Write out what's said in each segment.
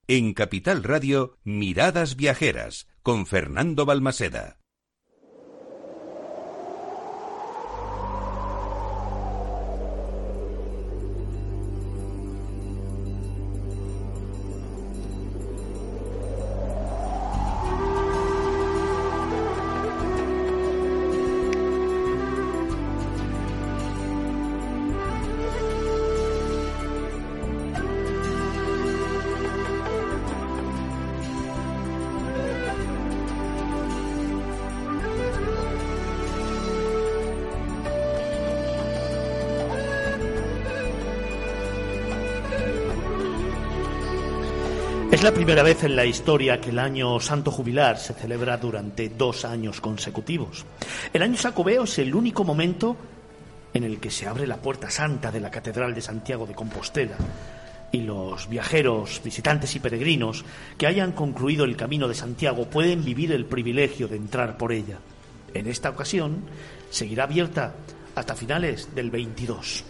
En Capital Radio, Miradas Viajeras, con Fernando Balmaseda. Es la primera vez en la historia que el Año Santo Jubilar se celebra durante 2 años consecutivos. El Año Jacobeo es el único momento en el que se abre la puerta santa de la Catedral de Santiago de Compostela y los viajeros, visitantes y peregrinos que hayan concluido el Camino de Santiago pueden vivir el privilegio de entrar por ella. En esta ocasión seguirá abierta hasta finales del 22.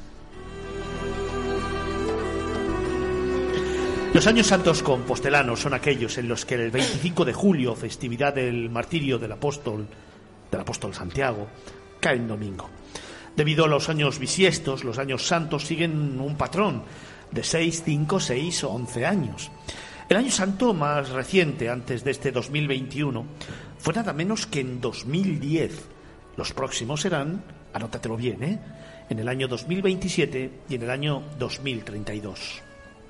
Los años santos compostelanos son aquellos en los que el 25 de julio, festividad del martirio del apóstol Santiago, cae en domingo. Debido a los años bisiestos, los años santos siguen un patrón de 6, 5, 6 o 11 años. El año santo más reciente, antes de este 2021, fue nada menos que en 2010. Los próximos serán, anótatelo bien, en el año 2027 y en el año 2032.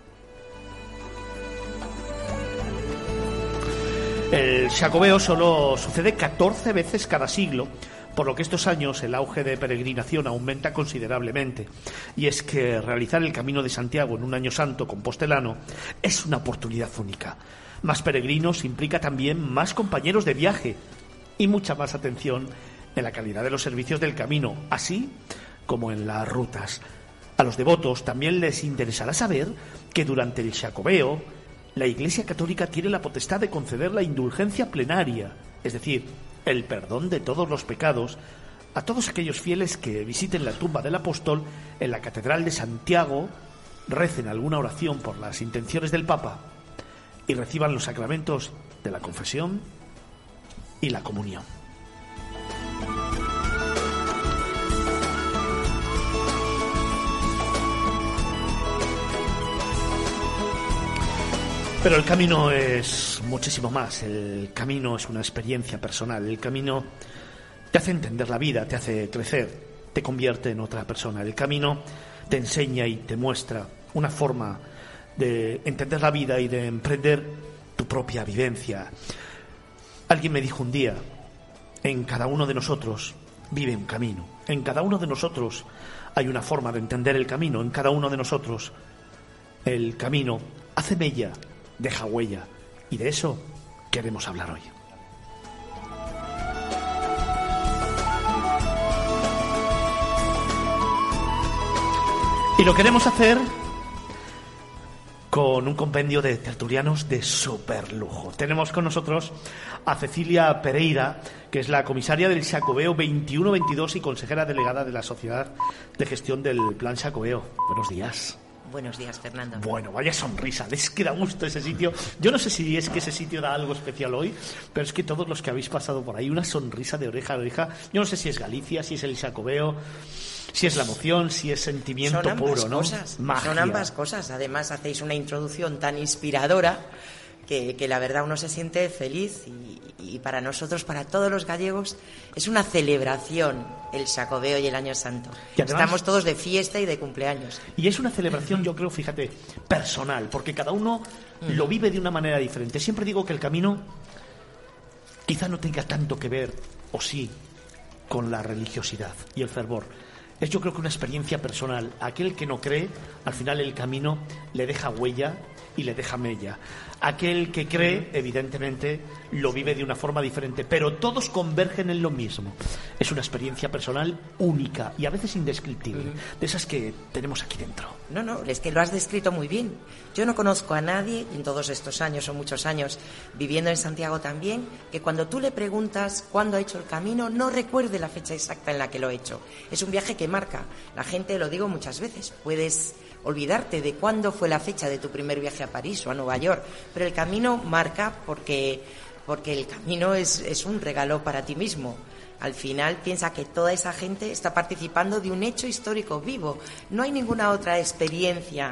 El Xacobeo solo sucede 14 veces cada siglo, por lo que estos años el auge de peregrinación aumenta considerablemente. Y es que realizar el Camino de Santiago en un año santo compostelano es una oportunidad única. Más peregrinos implica también más compañeros de viaje y mucha más atención en la calidad de los servicios del camino, así como en las rutas. A los devotos también les interesará saber que durante el Xacobeo la Iglesia Católica tiene la potestad de conceder la indulgencia plenaria, es decir, el perdón de todos los pecados, a todos aquellos fieles que visiten la tumba del apóstol en la Catedral de Santiago, recen alguna oración por las intenciones del Papa y reciban los sacramentos de la confesión y la comunión. Pero el camino es muchísimo más. El camino es una experiencia personal. El camino te hace entender la vida, te hace crecer, te convierte en otra persona. El camino te enseña y te muestra una forma de entender la vida y de emprender tu propia vivencia. Alguien me dijo un día, en cada uno de nosotros vive un camino. En cada uno de nosotros hay una forma de entender el camino. En cada uno de nosotros el camino hace mella, deja huella, y de eso queremos hablar hoy. Y lo queremos hacer con un compendio de tertulianos de super lujo. Tenemos con nosotros a Cecilia Pereira, que es la comisaria del Xacobeo 21-22 y consejera delegada de la Sociedad de Gestión del Plan Xacobeo. Buenos días. Buenos días, Fernando. Bueno, vaya sonrisa, es que da gusto ese sitio. Yo no sé si es que ese sitio da algo especial hoy, pero es que todos los que habéis pasado por ahí, una sonrisa de oreja a oreja. Yo no sé si es Galicia, si es el Xacobeo, si es la emoción, si es sentimiento puro, ¿no? Son ambas cosas. Además, hacéis una introducción tan inspiradora que la verdad uno se siente feliz y para nosotros, para todos los gallegos, es una celebración el Xacobeo y el Año Santo. Y además, estamos todos de fiesta y de cumpleaños. Y es una celebración, yo creo, fíjate, personal, porque cada uno lo vive de una manera diferente. Siempre digo que el camino quizá no tenga tanto que ver, o sí, con la religiosidad y el fervor. Es, yo creo, que una experiencia personal. Aquel que no cree, al final el camino le deja huella y le deja mella. Aquel que cree, evidentemente, lo vive de una forma diferente, pero todos convergen en lo mismo. Es una experiencia personal única y a veces indescriptible, de esas que tenemos aquí dentro. No, es que lo has descrito muy bien. Yo no conozco a nadie, en todos estos años o muchos años viviendo en Santiago también, que cuando tú le preguntas cuándo ha hecho el camino, no recuerde la fecha exacta en la que lo ha hecho. Es un viaje que marca. La gente, lo digo muchas veces, puedes olvidarte de cuándo fue la fecha de tu primer viaje a París o a Nueva York, pero el camino marca porque el camino es un regalo para ti mismo. Al final piensa que toda esa gente está participando de un hecho histórico vivo. No hay ninguna otra experiencia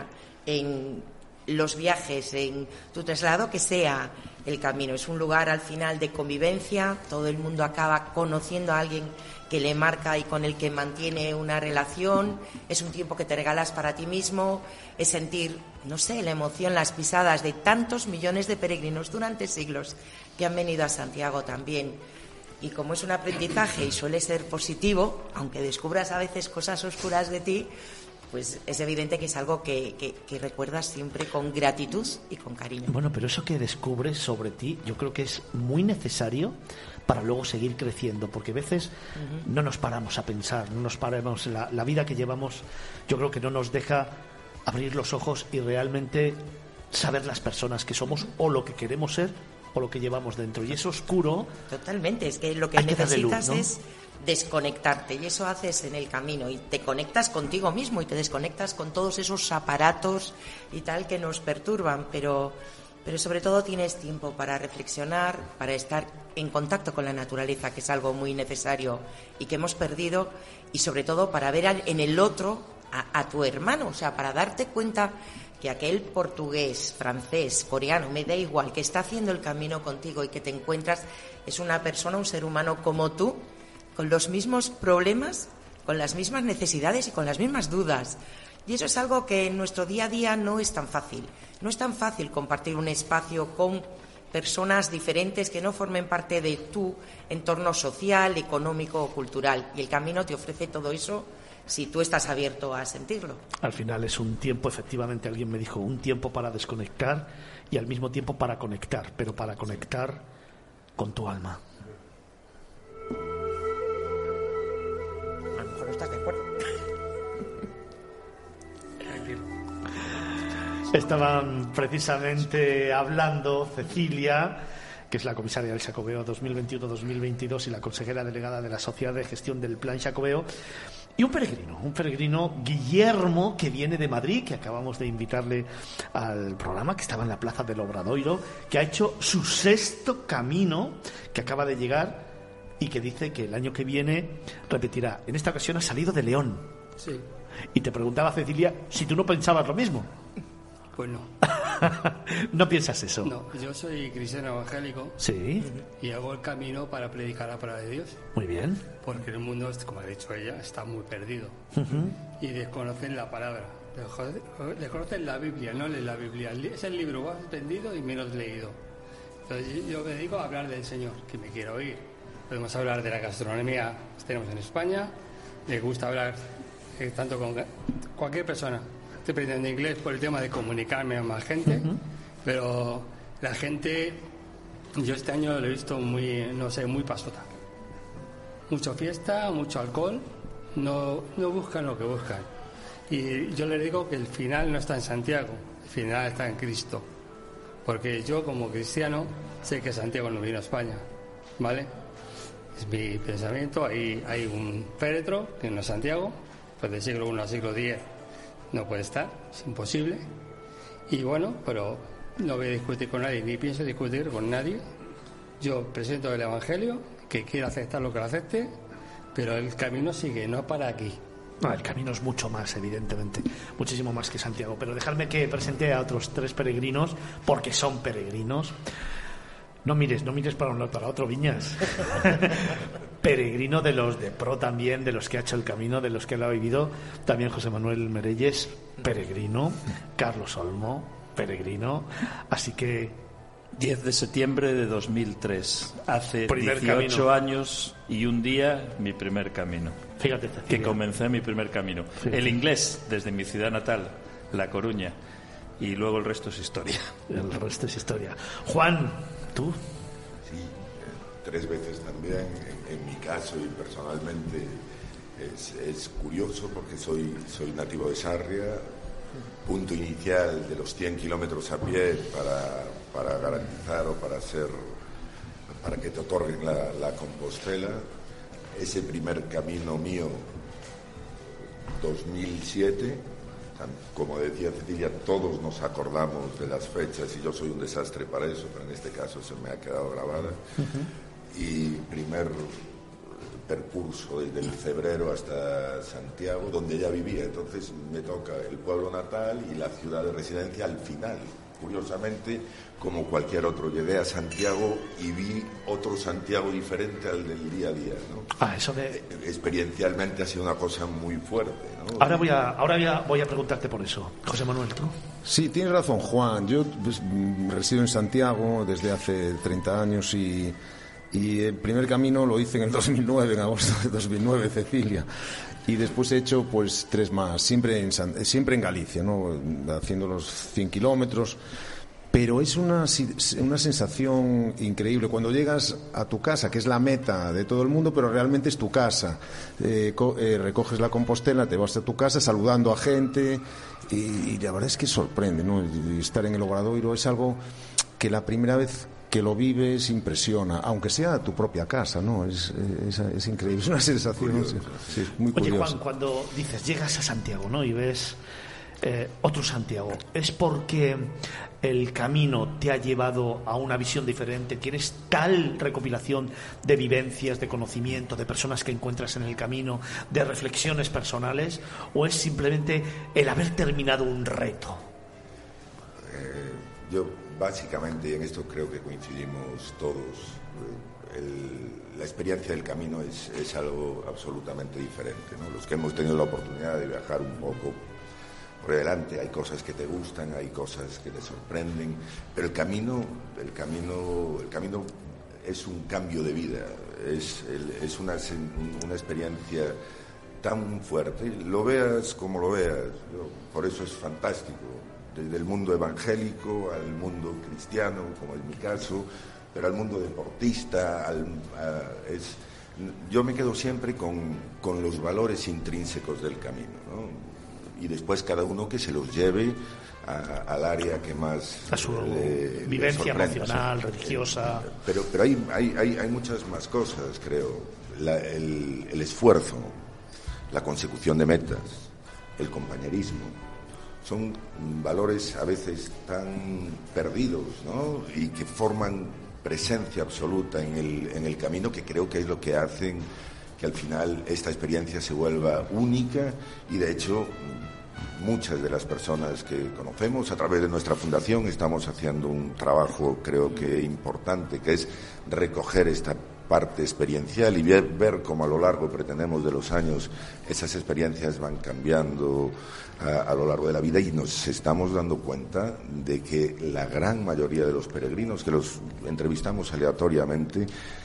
en los viajes, en tu traslado, que sea el camino. Es un lugar al final de convivencia, todo el mundo acaba conociendo a alguien que le marca y con el que mantiene una relación. Es un tiempo que te regalas para ti mismo, es sentir, no sé, la emoción, las pisadas de tantos millones de peregrinos durante siglos que han venido a Santiago también. Y como es un aprendizaje y suele ser positivo, aunque descubras a veces cosas oscuras de ti, pues es evidente que es algo que recuerdas siempre con gratitud y con cariño. Bueno, pero eso que descubres sobre ti, yo creo que es muy necesario para luego seguir creciendo, porque a veces no nos paramos a pensar, no nos paramos. La vida que llevamos, yo creo que no nos deja abrir los ojos y realmente saber las personas que somos o lo que queremos ser o lo que llevamos dentro. Y eso oscuro... Totalmente, es que lo que necesitas es desconectarte, y eso haces en el camino, y te conectas contigo mismo y te desconectas con todos esos aparatos y tal que nos perturban, pero sobre todo tienes tiempo para reflexionar, para estar en contacto con la naturaleza, que es algo muy necesario y que hemos perdido, y sobre todo para ver en el otro a tu hermano, o sea, para darte cuenta que aquel portugués, francés, coreano, me da igual, que está haciendo el camino contigo y que te encuentras, es una persona, un ser humano como tú, con los mismos problemas, con las mismas necesidades y con las mismas dudas. Y eso es algo que en nuestro día a día no es tan fácil. No es tan fácil compartir un espacio con personas diferentes que no formen parte de tu entorno social, económico o cultural. Y el camino te ofrece todo eso si tú estás abierto a sentirlo. Al final es un tiempo, efectivamente, alguien me dijo, un tiempo para desconectar y al mismo tiempo para conectar, pero para conectar con tu alma. A lo mejor no estás de acuerdo. Estaban precisamente hablando Cecilia, que es la comisaria del Xacobeo 2021-2022 y la consejera delegada de la Sociedad de Gestión del Plan Xacobeo, y un peregrino, Guillermo, que viene de Madrid, que acabamos de invitarle al programa, que estaba en la Plaza del Obradoiro, que ha hecho su 6º camino, que acaba de llegar y que dice que el año que viene repetirá. En esta ocasión ha salido de León. Sí. Y te preguntaba, Cecilia, si tú no pensabas lo mismo. Pues no. ¿No piensas eso? No, yo soy cristiano evangélico. Sí. Y hago el camino para predicar la palabra de Dios. Muy bien. Porque el mundo, como ha dicho ella, está muy perdido. Y desconocen la palabra. Desconocen la Biblia, no leen la Biblia. Es el libro más vendido y menos leído. Entonces yo me dedico a hablar del Señor, que me quiero oír. Podemos hablar de la gastronomía que tenemos en España. Me gusta hablar tanto con cualquier persona. Estoy aprendiendo inglés por el tema de comunicarme a más gente, pero la gente, yo este año lo he visto muy, no sé, muy pasota. Mucha fiesta, mucho alcohol, no buscan lo que buscan. Y yo les digo que el final no está en Santiago, el final está en Cristo. Porque yo como cristiano sé que Santiago no vino a España, ¿vale? Es mi pensamiento, ahí hay un féretro que no es Santiago, pues del siglo I al siglo X. No puede estar, es imposible. Y bueno, pero no voy a discutir con nadie, ni pienso discutir con nadie. Yo presento el Evangelio, que quiera aceptar lo que lo acepte, pero el camino sigue, no para aquí. No, el camino es mucho más, evidentemente, muchísimo más que Santiago. Pero dejadme que presente a otros 3 peregrinos, porque son peregrinos. No mires para un lado, para otro, Viñas. Peregrino de los de Pro también, de los que ha hecho el camino, de los que lo ha vivido. También José Manuel Merelles, peregrino. Carlos Olmo, peregrino. Así que... 10 de septiembre de 2003. Hace primer 18 camino. años y un día mi primer camino. Fíjate, Cecilia. Que comencé mi primer camino. Fíjate. El inglés, desde mi ciudad natal, La Coruña. Y luego el resto es historia. El resto es historia. Juan, ¿tú? Sí, 3 veces también. En mi caso y personalmente es curioso porque soy nativo de Sarria. Punto inicial de los 100 kilómetros a pie para garantizar o para que te otorguen la Compostela. Ese primer camino mío, 2007, Como decía Cecilia, todos nos acordamos de las fechas y yo soy un desastre para eso, pero en este caso se me ha quedado grabada. Y primer percurso desde el febrero hasta Santiago, donde ya vivía. Entonces me toca el pueblo natal y la ciudad de residencia al final. Curiosamente, como cualquier otro, llegué a Santiago y vi otro Santiago diferente al del día a día, ¿no? Eso de... Experiencialmente ha sido una cosa muy fuerte, ¿no? Ahora voy a preguntarte por eso. José Manuel, ¿tú? Sí, tienes razón, Juan. Yo resido en Santiago desde hace 30 años y el primer camino lo hice en el 2009, en agosto de 2009, Cecilia. Y después he hecho pues 3 más, siempre en Galicia, ¿no? Haciendo los 100 kilómetros. Pero es una sensación increíble cuando llegas a tu casa, que es la meta de todo el mundo, pero realmente es tu casa. Recoges la Compostela, te vas a tu casa saludando a gente y la verdad es que sorprende, ¿no? Y estar en el Obradoiro es algo que la primera vez que lo vives impresiona, aunque sea tu propia casa, ¿no? Es increíble, es una sensación muy curiosa. Oye, Juan, cuando dices, llegas a Santiago, ¿no? Y ves otro Santiago, ¿es porque el camino te ha llevado a una visión diferente? ¿Tienes tal recopilación de vivencias, de conocimiento, de personas que encuentras en el camino, de reflexiones personales? ¿O es simplemente el haber terminado un reto? Yo básicamente, en esto creo que coincidimos todos, la experiencia del camino es algo absolutamente diferente, ¿no? Los que hemos tenido la oportunidad de viajar un poco por delante, hay cosas que te gustan, hay cosas que te sorprenden, pero el camino es un cambio de vida, es una experiencia tan fuerte, lo veas como lo veas, por eso es fantástico. Desde el mundo evangélico al mundo cristiano, como es mi caso, pero al mundo deportista, yo me quedo siempre con los valores intrínsecos del camino, ¿no? Y después cada uno que se los lleve al área que más a su vivencia emocional, religiosa. Pero hay muchas más cosas, creo. El esfuerzo, la consecución de metas, el compañerismo. Son valores a veces tan perdidos, ¿no? Y que forman presencia absoluta en el camino, que creo que es lo que hacen que al final esta experiencia se vuelva única. Y de hecho muchas de las personas que conocemos a través de nuestra fundación estamos haciendo un trabajo creo que importante, que es recoger esta parte experiencial y ver cómo a lo largo, pretendemos, de los años esas experiencias van cambiando a lo largo de la vida, y nos estamos dando cuenta de que la gran mayoría de los peregrinos que los entrevistamos aleatoriamente,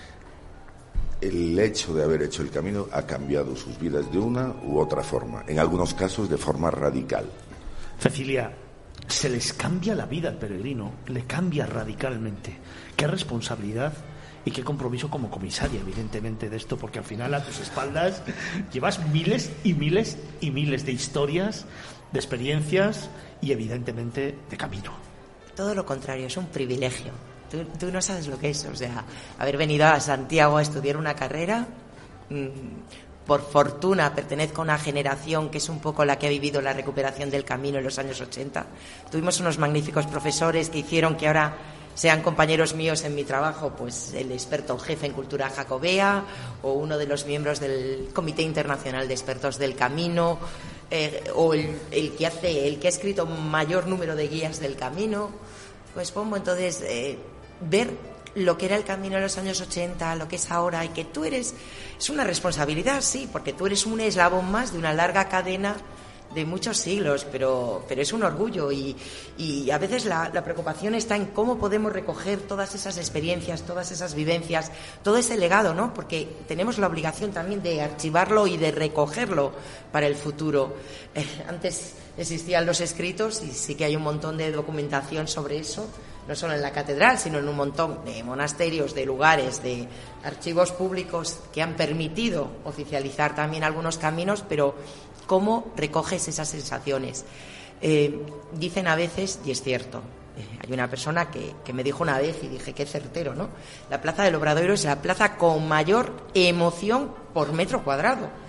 el hecho de haber hecho el camino ha cambiado sus vidas de una u otra forma, en algunos casos de forma radical. Cecilia, se les cambia la vida al peregrino, le cambia radicalmente. ¿Qué responsabilidad y qué compromiso como comisaria, evidentemente, de esto? Porque al final a tus espaldas llevas miles y miles y miles de historias, de experiencias y evidentemente de camino. Todo lo contrario, es un privilegio. Tú no sabes lo que es, o sea, haber venido a Santiago a estudiar una carrera. Por fortuna pertenezco a una generación que es un poco la que ha vivido la recuperación del camino en los años 80. Tuvimos unos magníficos profesores que hicieron que ahora sean compañeros míos en mi trabajo, pues el experto jefe en cultura jacobea o uno de los miembros del Comité Internacional de Expertos del Camino, o el que ha escrito mayor número de guías del camino. Pues Pombo, entonces ver lo que era el camino en los años 80, lo que es ahora, y que tú es una responsabilidad, sí, porque tú eres un eslabón más de una larga cadena de muchos siglos, pero es un orgullo, y a veces la preocupación está en cómo podemos recoger todas esas experiencias, todas esas vivencias, todo ese legado, ¿no? Porque tenemos la obligación también de archivarlo y de recogerlo para el futuro. Antes existían los escritos y sí que hay un montón de documentación sobre eso, no solo en la catedral, sino en un montón de monasterios, de lugares, de archivos públicos que han permitido oficializar también algunos caminos, pero ¿cómo recoges esas sensaciones? Dicen a veces, y es cierto, hay una persona que me dijo una vez, y dije, qué certero, ¿no? La Plaza del Obradoiro es la plaza con mayor emoción por metro cuadrado.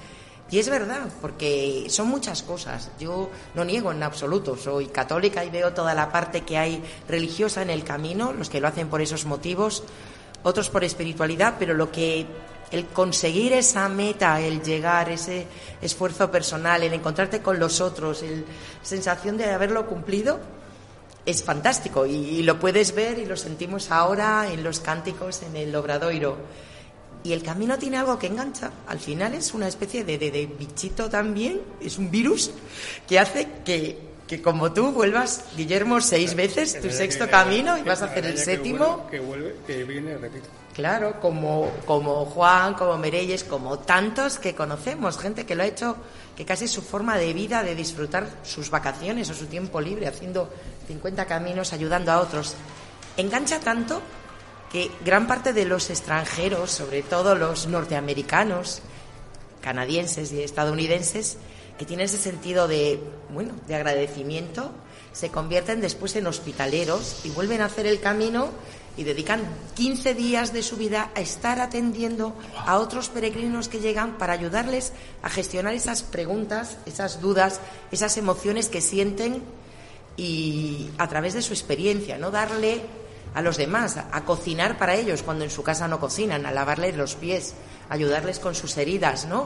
Y es verdad, porque son muchas cosas. Yo no niego en absoluto, soy católica y veo toda la parte que hay religiosa en el camino, los que lo hacen por esos motivos, otros por espiritualidad, pero el conseguir esa meta, el llegar, ese esfuerzo personal, el encontrarte con los otros, la sensación de haberlo cumplido, es fantástico. Y lo puedes ver y lo sentimos ahora en los cánticos, en el Obradoiro. Y el camino tiene algo que engancha. Al final es una especie de bichito también, es un virus que hace que como tú vuelvas, Guillermo, 6 veces tu sexto camino y vas a hacer el séptimo. Que viene, repito. Claro, como Juan, como Mereyes, como tantos que conocemos, gente que lo ha hecho, que casi es su forma de vida, de disfrutar sus vacaciones o su tiempo libre, haciendo 50 caminos, ayudando a otros. Engancha tanto que gran parte de los extranjeros, sobre todo los norteamericanos, canadienses y estadounidenses, que tienen ese sentido de agradecimiento, se convierten después en hospitaleros y vuelven a hacer el camino y dedican 15 días de su vida a estar atendiendo a otros peregrinos que llegan para ayudarles a gestionar esas preguntas, esas dudas, esas emociones que sienten, y a través de su experiencia, ¿no? Darle a los demás, a cocinar para ellos cuando en su casa no cocinan, a lavarles los pies, a ayudarles con sus heridas, ¿no?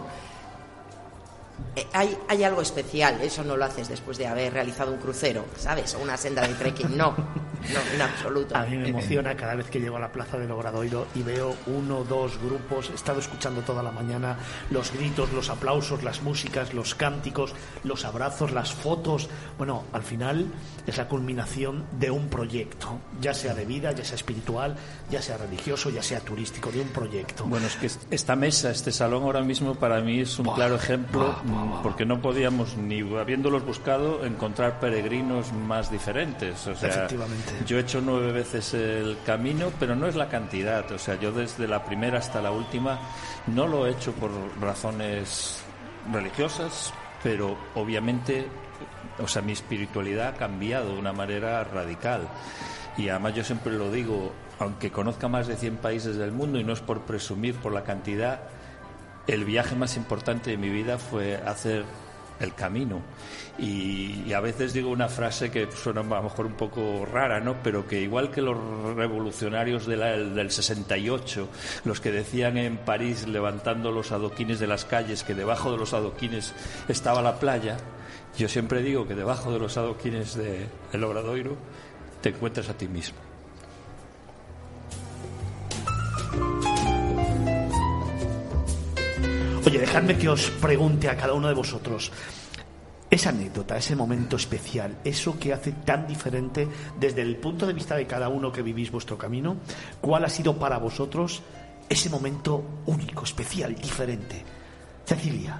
Hay algo especial, eso no lo haces después de haber realizado un crucero, ¿sabes? O una senda de trekking, no, en absoluto. A mí me emociona cada vez que llego a la plaza del Obradoiro y veo 1 o 2 grupos. He estado escuchando toda la mañana los gritos, los aplausos, las músicas, los cánticos, los abrazos, las fotos. Bueno, al final es la culminación de un proyecto, ya sea de vida, ya sea espiritual, ya sea religioso, ya sea turístico, de un proyecto. Bueno, es que esta mesa, este salón ahora mismo para mí es un claro ejemplo, porque no podíamos, ni habiéndolos buscado, encontrar peregrinos más diferentes. O sea, efectivamente. Yo he hecho 9 veces el camino, pero no es la cantidad. O sea, yo desde la primera hasta la última no lo he hecho por razones religiosas, pero obviamente, o sea, mi espiritualidad ha cambiado de una manera radical. Y además yo siempre lo digo, aunque conozca más de 100 países del mundo, y no es por presumir por la cantidad, el viaje más importante de mi vida fue hacer el camino. Y a veces digo una frase que suena a lo mejor un poco rara, ¿no? Pero que igual que los revolucionarios del 68, los que decían en París, levantando los adoquines de las calles, que debajo de los adoquines estaba la playa, yo siempre digo que debajo de los adoquines del Obradoiro te encuentras a ti mismo. Oye, dejadme que os pregunte a cada uno de vosotros, esa anécdota, ese momento especial, eso que hace tan diferente desde el punto de vista de cada uno que vivís vuestro camino, ¿cuál ha sido para vosotros ese momento único, especial, diferente? Cecilia,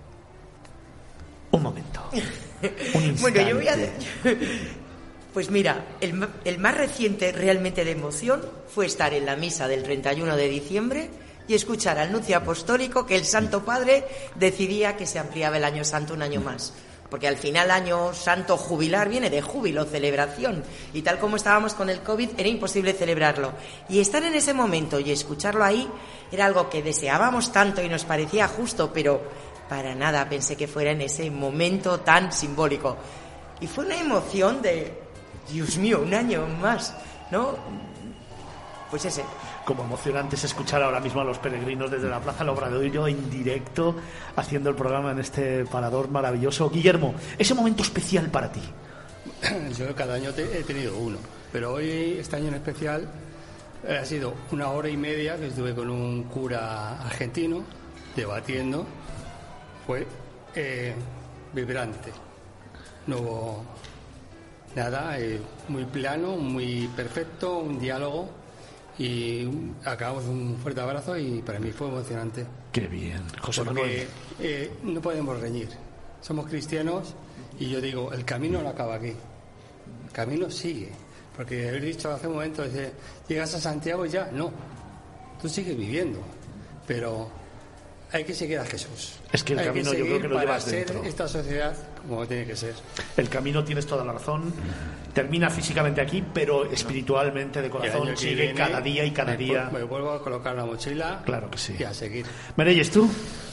un momento, un instante. Bueno, yo voy a... Pues mira, el más reciente realmente de emoción fue estar en la misa del 31 de diciembre y escuchar al nuncio apostólico que el Santo Padre decidía que se ampliaba el Año Santo un año más. Porque al final Año Santo jubilar viene de júbilo, celebración. Y tal como estábamos con el COVID, era imposible celebrarlo. Y estar en ese momento y escucharlo ahí era algo que deseábamos tanto y nos parecía justo, pero para nada pensé que fuera en ese momento tan simbólico. Y fue una emoción de, Dios mío, un año más, ¿no? Pues ese. Como emocionante es escuchar ahora mismo a los peregrinos desde la Plaza del Obradoiro en directo, haciendo el programa en este parador maravilloso. Guillermo, ese momento especial para ti. Yo cada año he tenido uno, pero hoy, este año en especial, ha sido 1 hora y media que estuve con un cura argentino debatiendo. Fue vibrante. No hubo nada, muy plano, muy perfecto, un diálogo. Y acabamos un fuerte abrazo y para mí fue emocionante. Qué bien, José Manuel. Porque no podemos reñir. Somos cristianos y yo digo, el camino no acaba aquí. El camino sigue. Porque he dicho hace un momento, llegas a Santiago y ya, no. Tú sigues viviendo. Pero hay que seguir a Jesús. Es que el camino yo creo que lo llevas dentro. Para ser esta sociedad como tiene que ser. El camino, tienes toda la razón, termina físicamente aquí, pero espiritualmente, de corazón, sigue cada día y cada día. Me vuelvo a colocar la mochila. Claro que sí. Y a seguir. Mereyes, ¿tú?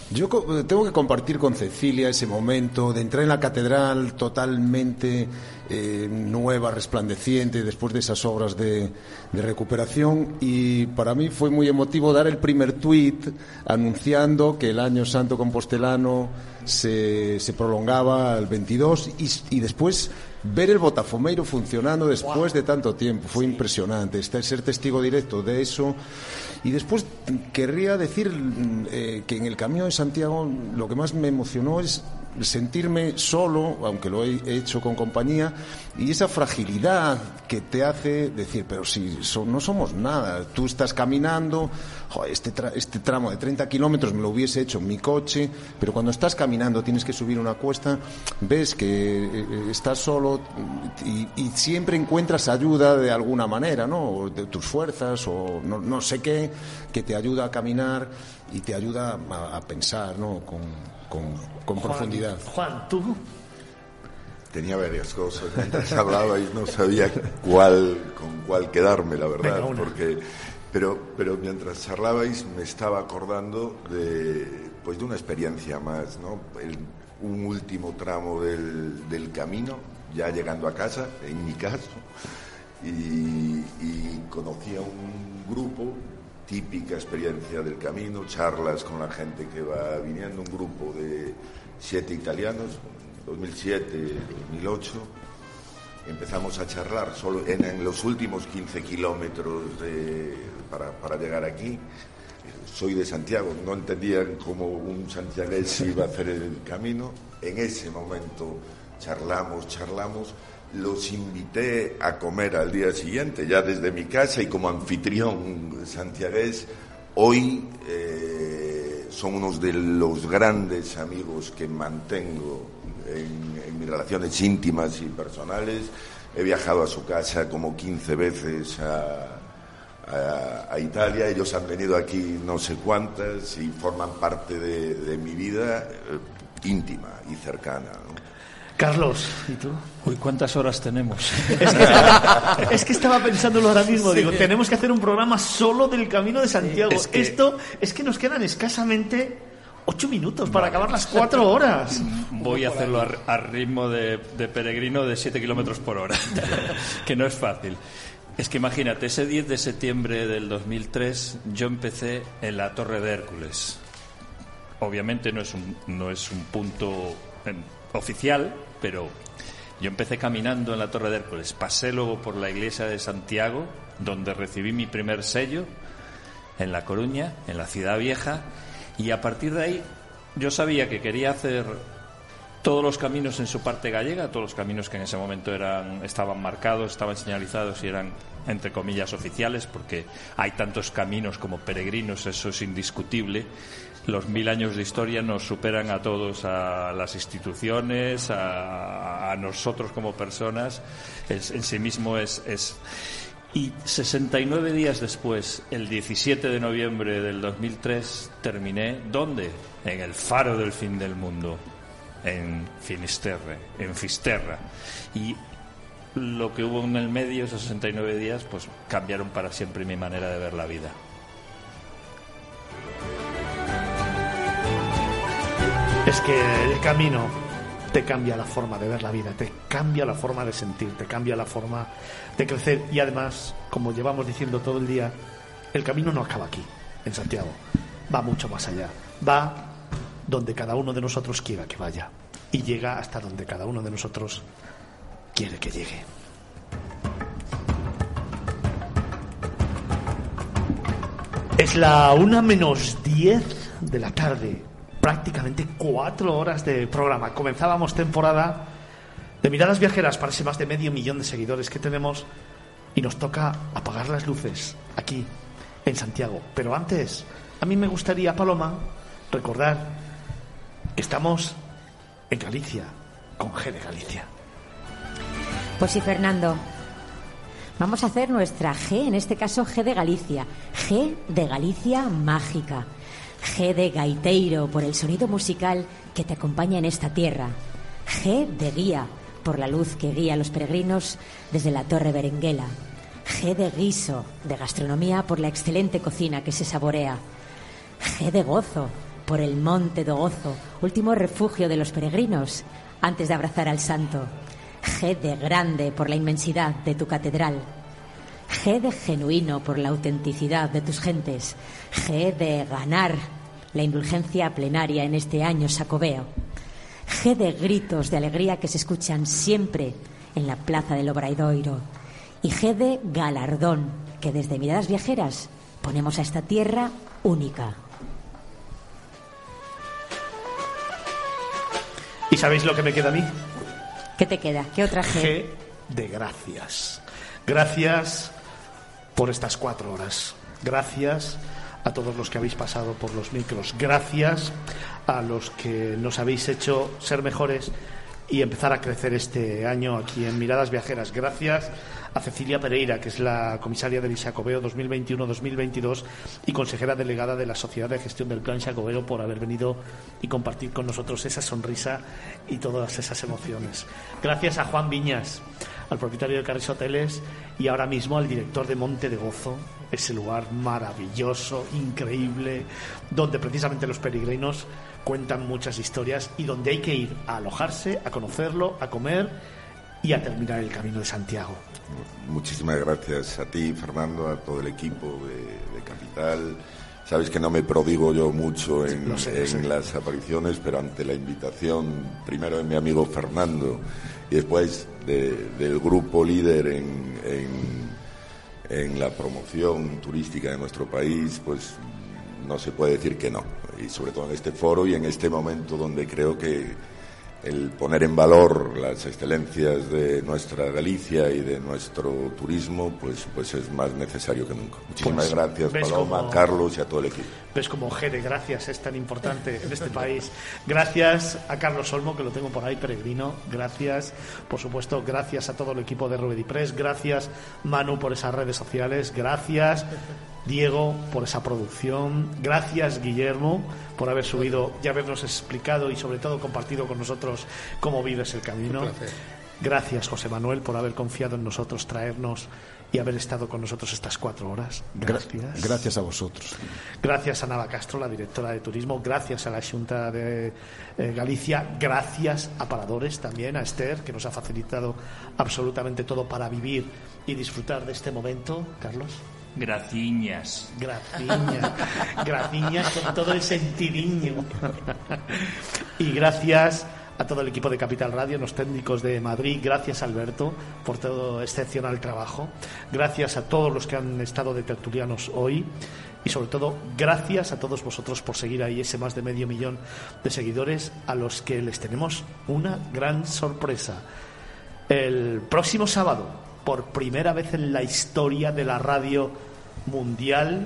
Yo tengo que compartir con Cecilia ese momento de entrar en la catedral totalmente nueva, resplandeciente, después de esas obras de recuperación, y para mí fue muy emotivo dar el primer tuit anunciando que el Año Santo Compostelano se prolongaba al 22 y después ver el Botafumeiro funcionando después de tanto tiempo. Fue impresionante ser testigo directo de eso. Y después querría decir que en el Camino de Santiago lo que más me emocionó es sentirme solo, aunque lo he hecho con compañía, y esa fragilidad que te hace decir, pero si no somos nada, tú estás caminando, joder, este tramo de 30 kilómetros me lo hubiese hecho en mi coche, pero cuando estás caminando tienes que subir una cuesta, ves que estás solo y siempre encuentras ayuda de alguna manera, ¿no? O de tus fuerzas o no sé qué, que te ayuda a caminar y te ayuda a pensar, ¿no? Con profundidad. Juan, ¿tú? Tenía varias cosas. Mientras hablaba y no sabía con cuál quedarme, la verdad. Pero mientras charlabais me estaba acordando de una experiencia más, ¿no? Un último tramo del camino, ya llegando a casa, en mi caso, y conocí a un grupo. Típica experiencia del camino, charlas con la gente que va viniendo, un grupo de 7 italianos, 2007, 2008. Empezamos a charlar solo en los últimos 15 kilómetros para llegar aquí. Soy de Santiago, no entendían cómo un santiagués iba a hacer el camino. En ese momento charlamos. Los invité a comer al día siguiente, ya desde mi casa, y como anfitrión santiagués, hoy son unos de los grandes amigos que mantengo en mis relaciones íntimas y personales. He viajado a su casa como 15 veces a Italia, ellos han venido aquí no sé cuántas y forman parte de mi vida íntima y cercana, ¿no? Carlos, ¿y tú? Uy, ¿cuántas horas tenemos? Es que estaba pensándolo ahora mismo. Digo, tenemos que hacer un programa solo del Camino de Santiago. Esto es que nos quedan escasamente 8 minutos para acabar las 4 horas. Voy a hacerlo a ritmo de peregrino de 7 kilómetros por hora, que no es fácil. Es que imagínate, ese 10 de septiembre del 2003 yo empecé en la Torre de Hércules. Obviamente no es un punto oficial, pero yo empecé caminando en la Torre de Hércules, pasé luego por la iglesia de Santiago, donde recibí mi primer sello, en La Coruña, en la Ciudad Vieja, y a partir de ahí yo sabía que quería hacer todos los caminos en su parte gallega, todos los caminos que en ese momento estaban marcados, estaban señalizados y eran, entre comillas, oficiales, porque hay tantos caminos como peregrinos, eso es indiscutible. Los 1000 años de historia nos superan a todos, a las instituciones, a nosotros como personas. En sí mismo es. Y 69 días después, el 17 de noviembre del 2003, terminé, ¿dónde? En el faro del fin del mundo, en Fisterra. Y lo que hubo en el medio, esos 69 días, pues cambiaron para siempre mi manera de ver la vida. Es que el camino te cambia la forma de ver la vida, te cambia la forma de sentir, te cambia la forma de crecer. Y además, como llevamos diciendo todo el día, el camino no acaba aquí, en Santiago. Va mucho más allá. Va donde cada uno de nosotros quiera que vaya. Y llega hasta donde cada uno de nosotros quiere que llegue. Es la 1:10 de la tarde. Prácticamente 4 horas de programa. Comenzábamos temporada de Miradas Viajeras para ese más de 500.000 de seguidores que tenemos, y nos toca apagar las luces aquí en Santiago. Pero antes, a mí me gustaría, Paloma, recordar que estamos en Galicia, con G de Galicia. Pues sí, Fernando. Vamos a hacer nuestra G, en este caso G de Galicia. G de Galicia mágica. G de gaiteiro, por el sonido musical que te acompaña en esta tierra. G de guía, por la luz que guía a los peregrinos desde la Torre Berenguela. G de guiso, de gastronomía, por la excelente cocina que se saborea. G de gozo, por el Monte do Gozo, último refugio de los peregrinos antes de abrazar al santo. G de grande por la inmensidad de tu catedral. G de genuino por la autenticidad de tus gentes. G de ganar la indulgencia plenaria en este año xacobeo. G de gritos de alegría que se escuchan siempre en la plaza del Obradoiro. Y G de galardón que desde Miradas Viajeras ponemos a esta tierra única. ¿Y sabéis lo que me queda a mí? ¿Qué te queda? ¿Qué otra G? G de gracias. Gracias por estas 4 horas. Gracias a todos los que habéis pasado por los micros. Gracias a los que nos habéis hecho ser mejores y empezar a crecer este año aquí en Miradas Viajeras. Gracias a Cecilia Pereira, que es la comisaria del Xacobeo 2021-2022 y consejera delegada de la Sociedad de Gestión del Plan Xacobeo, por haber venido y compartir con nosotros esa sonrisa y todas esas emociones. Gracias a Juan Viñas, al propietario de Carris Hoteles, y ahora mismo al director de Monte de Gozo, ese lugar maravilloso, increíble, donde precisamente los peregrinos cuentan muchas historias y donde hay que ir a alojarse, a conocerlo, a comer y a terminar el Camino de Santiago. Muchísimas gracias a ti, Fernando, a todo el equipo de Capital. Sabes que no me prodigo yo mucho en las apariciones, pero ante la invitación, primero de mi amigo Fernando y después del grupo líder en la promoción turística de nuestro país, pues no se puede decir que no. Y sobre todo en este foro y en este momento donde creo que el poner en valor las excelencias de nuestra Galicia y de nuestro turismo, pues es más necesario que nunca. Muchísimas gracias, Paloma, Carlos y a todo el equipo. ¿Ves cómo G de gracias es tan importante en este país? Gracias a Carlos Olmo, que lo tengo por ahí, peregrino. Gracias, por supuesto, gracias a todo el equipo de Rubedipress. Gracias, Manu, por esas redes sociales. Gracias, Diego, por esa producción. Gracias, Guillermo, por haber subido y habernos explicado y sobre todo compartido con nosotros cómo vives el camino. Gracias, José Manuel, por haber confiado en nosotros, traernos y haber estado con nosotros estas 4 horas. Gracias. Gracias a vosotros. Gracias a Nava Castro, la directora de turismo. Gracias a la Xunta de Galicia. Gracias a Paradores también, a Esther, que nos ha facilitado absolutamente todo para vivir y disfrutar de este momento. Carlos. Graciñas con todo el sentidiño. Y gracias a todo el equipo de Capital Radio, los técnicos de Madrid. Gracias, Alberto, por todo excepcional trabajo. Gracias a todos los que han estado de tertulianos hoy. Y sobre todo, gracias a todos vosotros por seguir ahí, ese más de 500.000 de seguidores, a los que les tenemos una gran sorpresa. El próximo sábado, por primera vez en la historia de la radio mundial,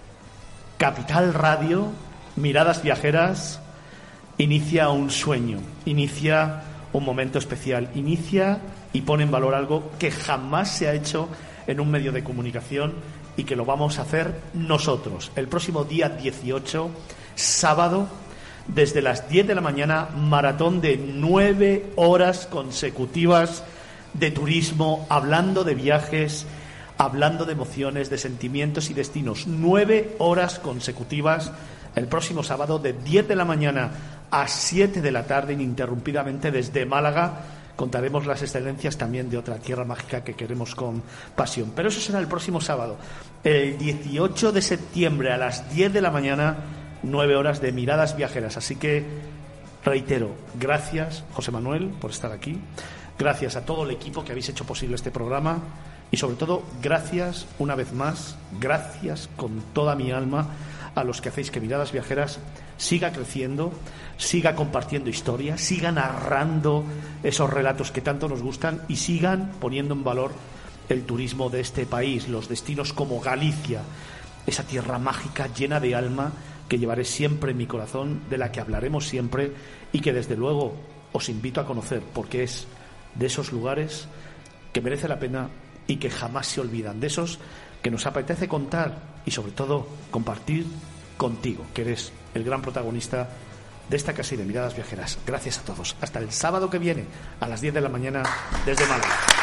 Capital Radio, Miradas Viajeras, inicia un sueño, inicia un momento especial, inicia y pone en valor algo que jamás se ha hecho en un medio de comunicación y que lo vamos a hacer nosotros. El próximo día 18, sábado, desde las 10 de la mañana, maratón de 9 horas consecutivas de turismo, hablando de viajes, hablando de emociones, de sentimientos y destinos. 9 horas consecutivas el próximo sábado, de 10 de la mañana a 7 de la tarde, ininterrumpidamente desde Málaga. Contaremos las excelencias también de otra tierra mágica que queremos con pasión. Pero eso será el próximo sábado, el 18 de septiembre a las 10 de la mañana, 9 horas de Miradas Viajeras. Así que reitero, gracias, José Manuel, por estar aquí. Gracias a todo el equipo que habéis hecho posible este programa. Y sobre todo, gracias una vez más, gracias con toda mi alma a los que hacéis que Miradas Viajeras siga creciendo, siga compartiendo historias, siga narrando esos relatos que tanto nos gustan y sigan poniendo en valor el turismo de este país, los destinos como Galicia, esa tierra mágica llena de alma que llevaré siempre en mi corazón, de la que hablaremos siempre y que desde luego os invito a conocer, porque es de esos lugares que merece la pena y que jamás se olvidan, de esos que nos apetece contar y sobre todo compartir contigo, que eres el gran protagonista de esta casa y de Miradas Viajeras. Gracias a todos. Hasta el sábado que viene a las 10 de la mañana desde Málaga.